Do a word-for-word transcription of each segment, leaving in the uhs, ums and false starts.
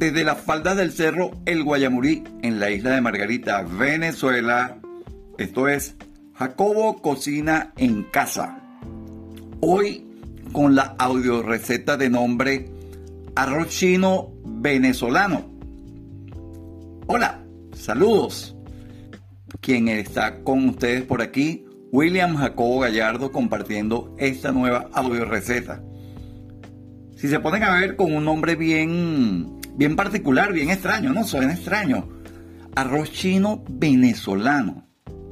desde las faldas del cerro El Guayamurí, en la isla de Margarita, Venezuela. Esto es Jacobo Cocina en Casa. Hoy con la audio receta de nombre arroz chino venezolano. Hola, saludos. Quien está con ustedes por aquí, William Jacobo Gallardo, compartiendo esta nueva audio receta. Si se ponen a ver, con un nombre bien, bien particular, bien extraño, ¿no? Suena extraño. Arroz chino venezolano.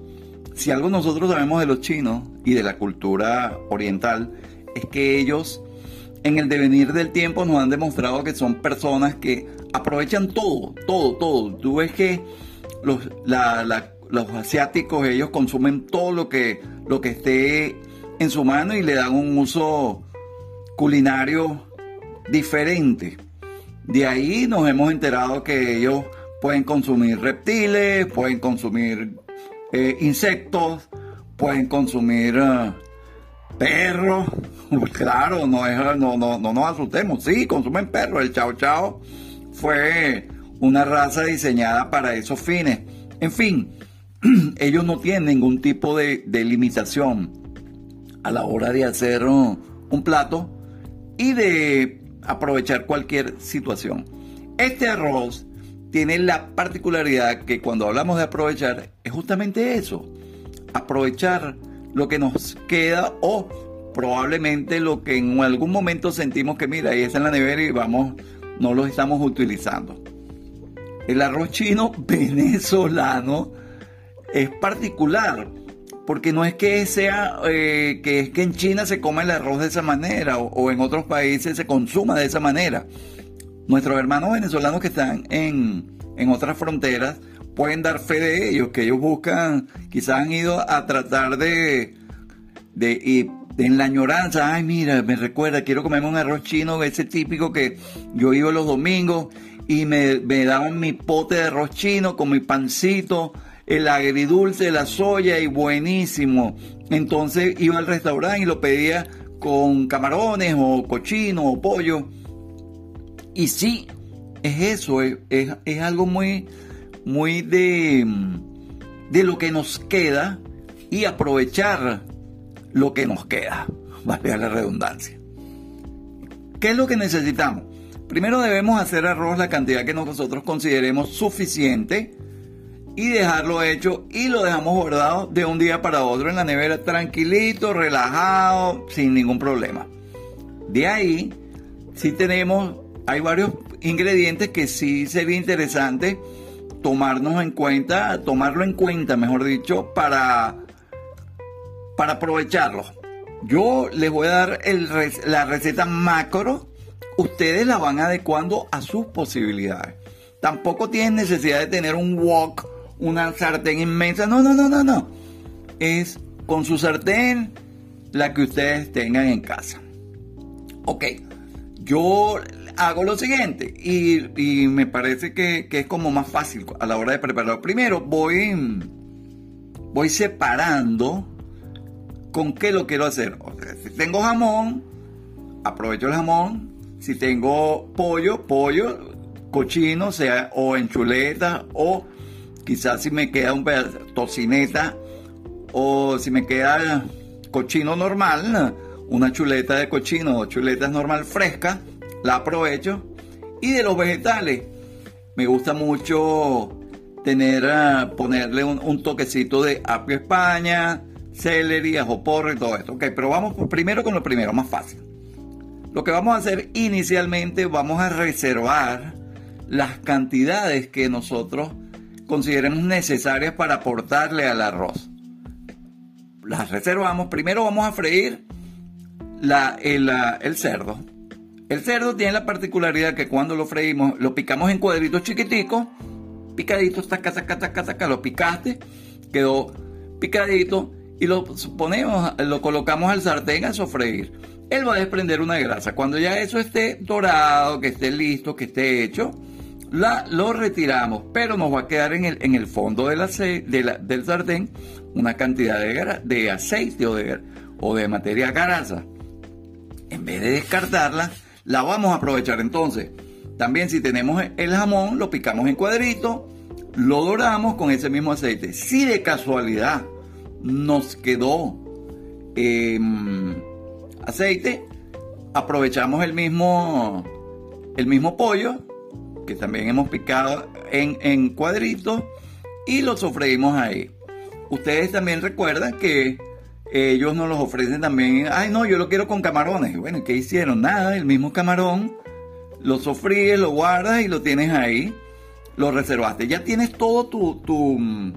Si algo nosotros sabemos de los chinos y de la cultura oriental, es que ellos, en el devenir del tiempo, nos han demostrado que son personas que aprovechan todo, todo, todo. Tú ves que los, la, la, los asiáticos, ellos consumen todo lo que, lo que esté en su mano y le dan un uso culinario diferente. De ahí nos hemos enterado que ellos pueden consumir reptiles, pueden consumir eh, insectos, pueden consumir uh, perros. Claro, no, es, no, no, no nos asustemos, sí, consumen perros. El chao chao fue una raza diseñada para esos fines. En fin, ellos no tienen ningún tipo de, de limitación a la hora de hacer uh, un plato y de aprovechar cualquier situación. Este arroz tiene la particularidad que cuando hablamos de aprovechar es justamente eso, aprovechar lo que nos queda o probablemente lo que en algún momento sentimos que mira, ahí está en la nevera y vamos, no lo estamos utilizando. El arroz chino venezolano es particular porque no es que sea eh, que es que en China se come el arroz de esa manera o, o en otros países se consuma de esa manera. Nuestros hermanos venezolanos que están en, en otras fronteras pueden dar fe de ellos, que ellos buscan, quizás han ido a tratar de, de, y, de en la añoranza, ay mira, me recuerda, quiero comerme un arroz chino, ese típico que yo iba los domingos y me, me daban mi pote de arroz chino con mi pancito, el agridulce, la soya y buenísimo. Entonces iba al restaurante y lo pedía con camarones o cochino o pollo. Y sí, es eso, es, es, es algo muy, muy de, de lo que nos queda y aprovechar lo que nos queda, vale la redundancia. ¿Qué es lo que necesitamos? Primero debemos hacer arroz la cantidad que nosotros consideremos suficiente y dejarlo hecho y lo dejamos guardado de un día para otro en la nevera tranquilito, relajado, sin ningún problema. De ahí, si tenemos, hay varios ingredientes que sí sería interesante tomarnos en cuenta, tomarlo en cuenta, mejor dicho, para, para aprovecharlo. Yo les voy a dar el, la receta macro, ustedes la van adecuando a sus posibilidades. Tampoco tienen necesidad de tener un wok, una sartén inmensa. No, no, no, no, no. Es con su sartén la que ustedes tengan en casa. Ok. Yo hago lo siguiente y, y me parece que, que es como más fácil a la hora de prepararlo. Primero voy, voy separando con qué lo quiero hacer. O sea, si tengo jamón, aprovecho el jamón. Si tengo pollo, pollo, cochino, sea o en chuleta o quizás si me queda un pedazo, tocineta, o si me queda cochino normal, una chuleta de cochino o chuletas normal fresca, la aprovecho. Y de los vegetales, me gusta mucho tener, uh, ponerle un, un toquecito de apio España, celery, ajo porro y todo esto. Ok, pero vamos por, primero con lo primero, más fácil. Lo que vamos a hacer inicialmente, vamos a reservar las cantidades que nosotros consideremos necesarias para aportarle al arroz. Las reservamos. Primero vamos a freír la, el, la, el cerdo. El cerdo tiene la particularidad que cuando lo freímos, lo picamos en cuadritos chiquiticos, picaditos, taca, taca, taca, taca, lo picaste, quedó picadito y lo ponemos, lo colocamos al sartén a sofreír. Él va a desprender una grasa. Cuando ya eso esté dorado, que esté listo, que esté hecho, La, lo retiramos, pero nos va a quedar en el, en el fondo del, ace, de la, del sartén una cantidad de, de aceite o de, o de materia grasa. En vez de descartarla, la vamos a aprovechar. Entonces, También si tenemos el jamón, lo picamos en cuadritos, lo doramos con ese mismo aceite. Si de casualidad nos quedó eh, aceite, aprovechamos el mismo, el mismo pollo, que también hemos picado en, en cuadritos, y lo sofreímos ahí. Ustedes también recuerdan que ellos nos los ofrecen también. Ay, no, yo lo quiero con camarones. Bueno, ¿qué hicieron? Nada, el mismo camarón, lo sofríes, lo guardas y lo tienes ahí, lo reservaste. Ya tienes todo tu, tu,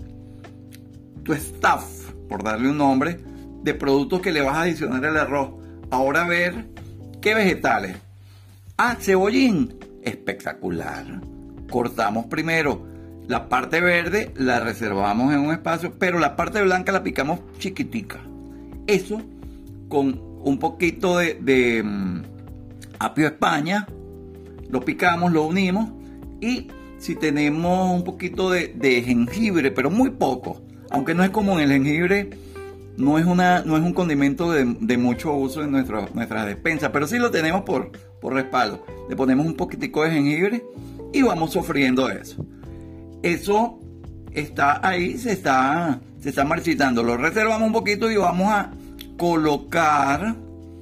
tu staff, por darle un nombre, de productos que le vas a adicionar al arroz. Ahora a ver, ¿qué vegetales? Ah, cebollín, espectacular. Cortamos primero la parte verde, la reservamos en un espacio, pero la parte blanca la picamos chiquitica. Eso con un poquito de, de um, apio España, lo picamos, lo unimos, y si tenemos un poquito de, de jengibre, pero muy poco, aunque no es común, el jengibre no es, una, no es un condimento de, de mucho uso en nuestra, nuestras despensas, pero sí lo tenemos por, por respaldo. Le ponemos un poquitico de jengibre y vamos sofriendo eso. Eso está ahí, se está, se está marchitando. Lo reservamos un poquito y vamos a colocar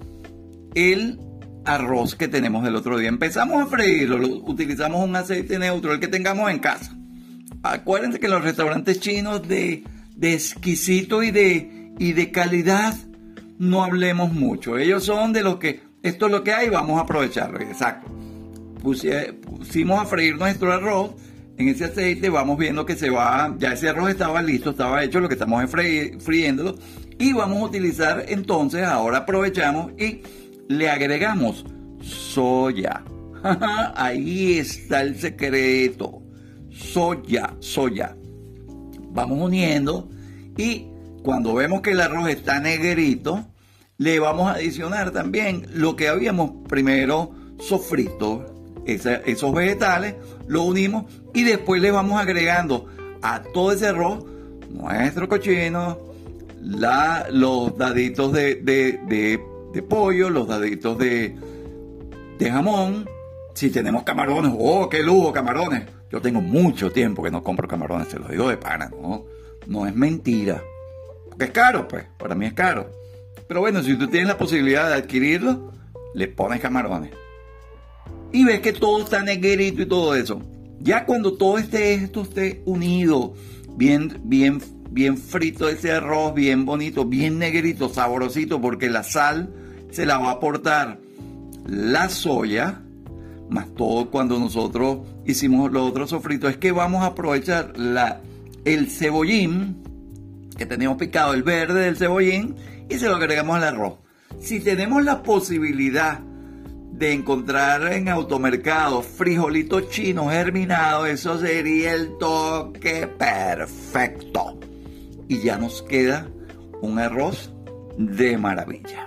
el arroz que tenemos del otro día. Empezamos a freírlo, utilizamos un aceite neutro, el que tengamos en casa. Acuérdense que los restaurantes chinos de, de exquisito y de, y de calidad, no hablemos mucho. Ellos son de los que, esto es lo que hay, vamos a aprovecharlo. Exacto. Pusimos a freír nuestro arroz en ese aceite, vamos viendo que se va, ya ese arroz estaba listo, estaba hecho, lo que estamos es fri, friéndolo, y vamos a utilizar entonces, ahora aprovechamos y le agregamos soya. Ahí está el secreto. Soya, soya. Vamos uniendo y cuando vemos que el arroz está negrito, le vamos a adicionar también lo que habíamos primero sofrito, esa, esos vegetales, lo unimos y después le vamos agregando a todo ese arroz nuestro cochino, la, los daditos de, de, de, de pollo, los daditos de, de jamón. Si tenemos camarones, ¡oh, qué lujo, camarones! Yo tengo mucho tiempo que no compro camarones, se los digo de pana, no, no es mentira. Porque es caro, pues, para mí es caro. Pero bueno, si tú tienes la posibilidad de adquirirlo, le pones camarones. Y ves que todo está negrito y todo eso. Ya cuando todo este, esto esté unido, bien, bien, bien frito ese arroz, bien bonito, bien negrito, sabrosito, porque la sal se la va a aportar la soya, más todo cuando nosotros hicimos los otros sofritos, es que vamos a aprovechar la, el cebollín que teníamos picado, el verde del cebollín, y se lo agregamos al arroz. Si tenemos la posibilidad de encontrar en automercados frijolitos chinos germinados, eso sería el toque perfecto. Y ya nos queda un arroz de maravilla.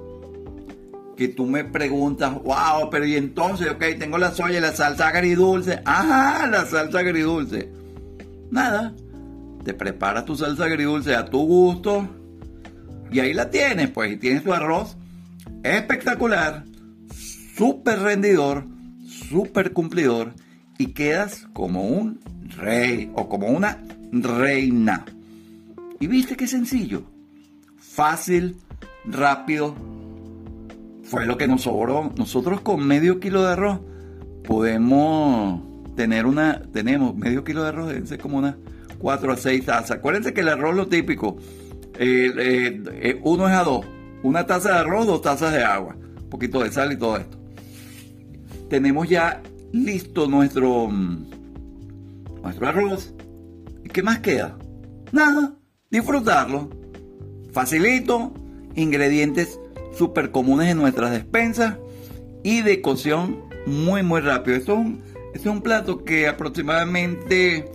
Que tú me preguntas, wow, pero y entonces, ok, tengo la soya y la salsa agridulce. Ajá, la salsa agridulce. Nada, te preparas tu salsa agridulce a tu gusto y ahí la tienes, pues, y tienes tu arroz espectacular, súper rendidor, súper cumplidor, y quedas como un rey o como una reina. Y viste qué sencillo, fácil, rápido. Fue lo que nos sobró. Nosotros con medio kilo de arroz podemos tener una, tenemos medio kilo de arroz, deben ser como unas cuatro a seis tazas. Acuérdense que el arroz, lo típico, eh, eh, eh, uno es a dos, una taza de arroz, dos tazas de agua, un poquito de sal y todo esto. Tenemos ya listo nuestro, nuestro arroz. ¿Y qué más queda? Nada, disfrutarlo. Facilito, ingredientes súper comunes en nuestras despensas y de cocción muy muy rápido. Esto es un, esto es un plato que aproximadamente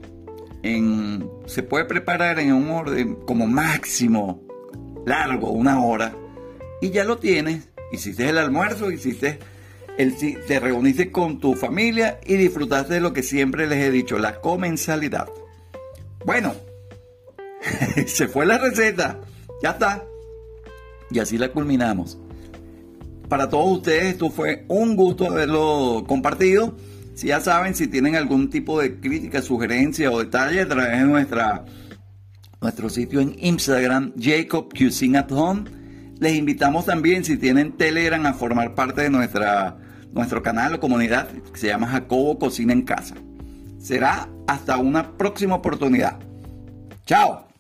en, se puede preparar en un orden como máximo largo, una hora, y ya lo tienes. Hiciste el almuerzo, hiciste el, te reuniste con tu familia y disfrutaste de lo que siempre les he dicho, la comensalidad. Bueno, se fue la receta, ya está. Y así la culminamos. para todos ustedes. Esto fue un gusto haberlo compartido. Si ya saben, si tienen algún tipo de crítica, sugerencia o detalle, a través de nuestra, nuestro sitio en Instagram, Jacob Cuisine at Home. Les invitamos también, si tienen Telegram, a formar parte de nuestra, nuestro canal o comunidad que se llama Jacobo Cocina en Casa. Será hasta una próxima oportunidad. ¡Chao!